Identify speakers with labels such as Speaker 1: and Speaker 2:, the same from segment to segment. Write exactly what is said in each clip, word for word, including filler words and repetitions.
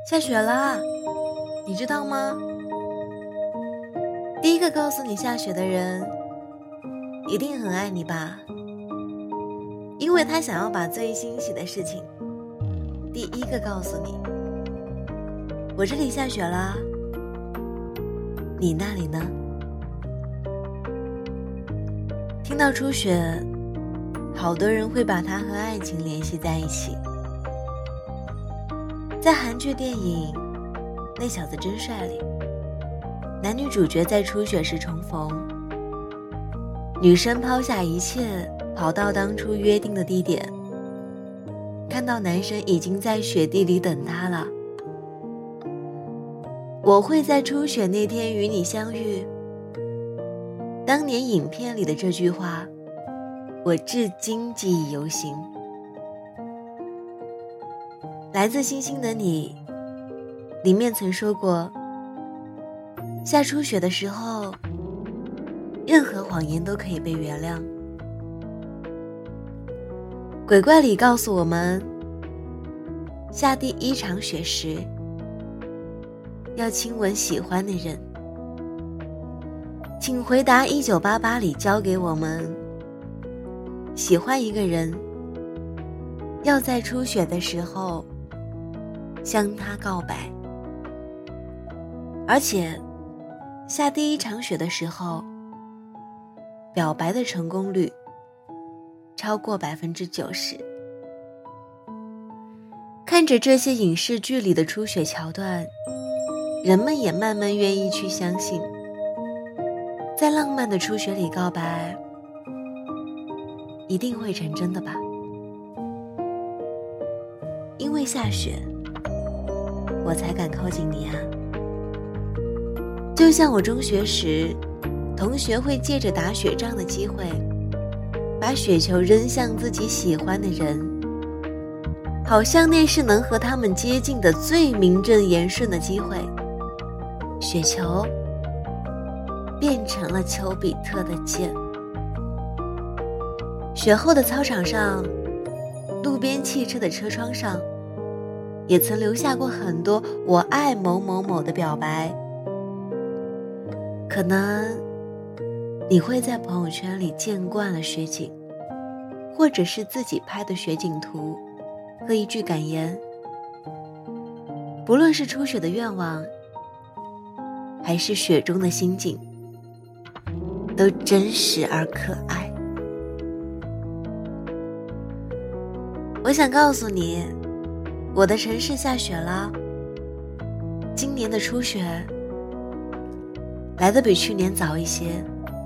Speaker 1: 下雪啦，你知道吗？第一个告诉你下雪的人一定很爱你吧，因为他想要把最欣喜的事情第一个告诉你。我这里下雪啦，你那里呢？听到初雪，好多人会把它和爱情联系在一起。在韩剧电影《那小子真帅》里，男女主角在初雪时重逢，女生抛下一切跑到当初约定的地点，看到男生已经在雪地里等她了。我会在初雪那天与你相遇，当年影片里的这句话我至今记忆犹新。来自星星的你里面曾说过，下初雪的时候任何谎言都可以被原谅。鬼怪里告诉我们，下第一场雪时要亲吻喜欢的人。请回答一九八八里教给我们，喜欢一个人要在初雪的时候向他告白，而且下第一场雪的时候表白的成功率超过百分之九十。看着这些影视剧里的初雪桥段，人们也慢慢愿意去相信，在浪漫的初雪里告白一定会成真的吧。因为下雪我才敢靠近你啊。就像我中学时，同学会借着打雪仗的机会把雪球扔向自己喜欢的人，好像那是能和他们接近的最名正言顺的机会。雪球变成了丘比特的箭。雪后的操场上，路边汽车的车窗上，也曾留下过很多我爱某某某的表白。可能你会在朋友圈里见惯了雪景，或者是自己拍的雪景图和一句感言。不论是初雪的愿望还是雪中的心境，都真实而可爱。我想告诉你，我的城市下雪了。今年的初雪来得比去年早一些。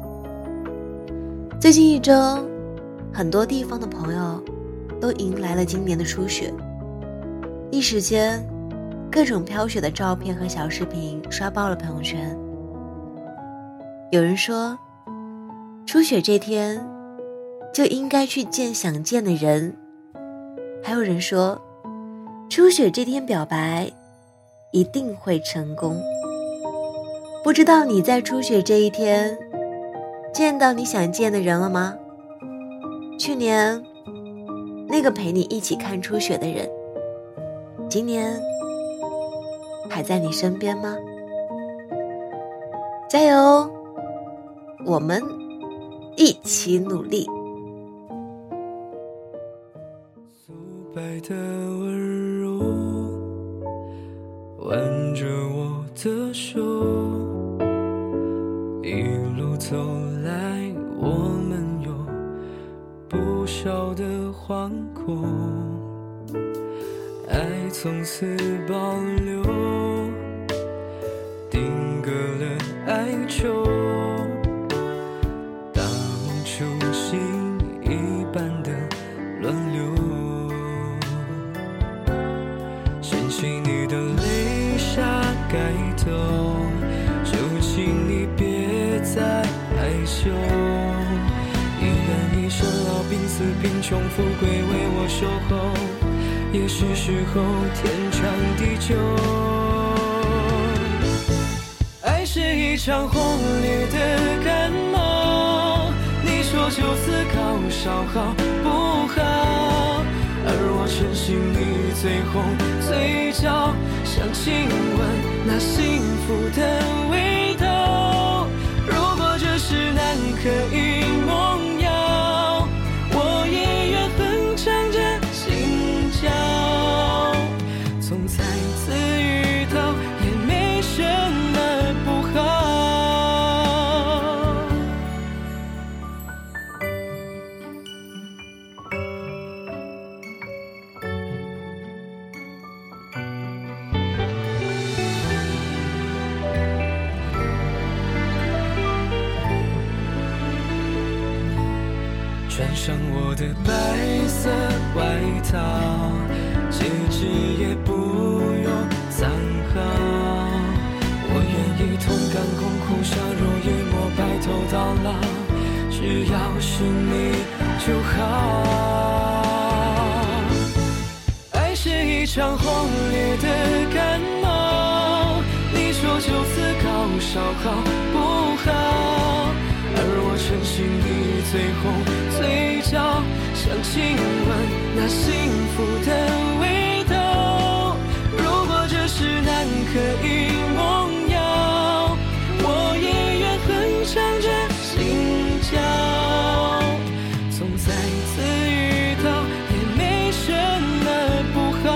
Speaker 1: 最近一周，很多地方的朋友都迎来了今年的初雪，一时间各种飘雪的照片和小视频刷爆了朋友圈。有人说，初雪这天就应该去见想见的人，还有人说，初雪这天表白一定会成功。不知道你在初雪这一天见到你想见的人了吗？去年那个陪你一起看初雪的人，今年还在你身边吗？加油，我们一起努力。
Speaker 2: 素白的温柔挽着我的手，一路走来我们有不少的惶恐，爱从此保留，定格了哀愁，大梦初醒一般的轮流，掀起你的泪沙盖头，就请你别再害羞，一人一生老病死贫穷富贵为我守候，也许时候天长地久。爱是一场轰烈的感冒，你说就此高烧好不好，而我深信你最红最骄想亲吻那幸福的味道。如果这是南柯一梦遥，我也愿哼唱着心跳。从再次遇到也没什么不好。穿上我的白色外套，戒指也不用藏好。我愿意同甘共苦，相濡以沫，白头到老，只要是你就好。爱是一场轰烈的感冒，你说就此高烧好不好？而我承信你最红嘴角，想亲吻那幸福的味道。如果这是南柯一梦遥，我也愿哼唱着心跳。从再次遇到也没什么不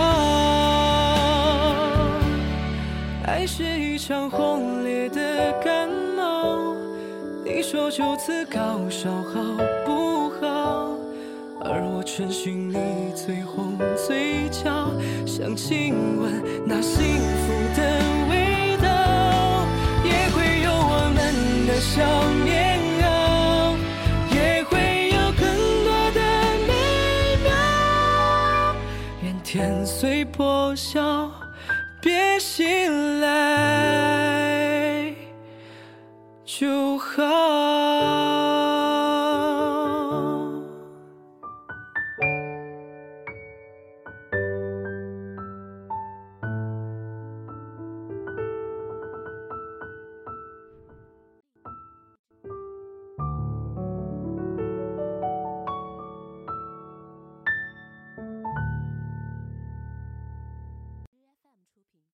Speaker 2: 好。爱是一场轰烈的感冒，你说就此高烧好不好？而我承信你最红嘴角，想亲吻那幸福的味道。也会有我们的小棉袄，也会有更多的美妙。愿天随破晓，别醒来就好。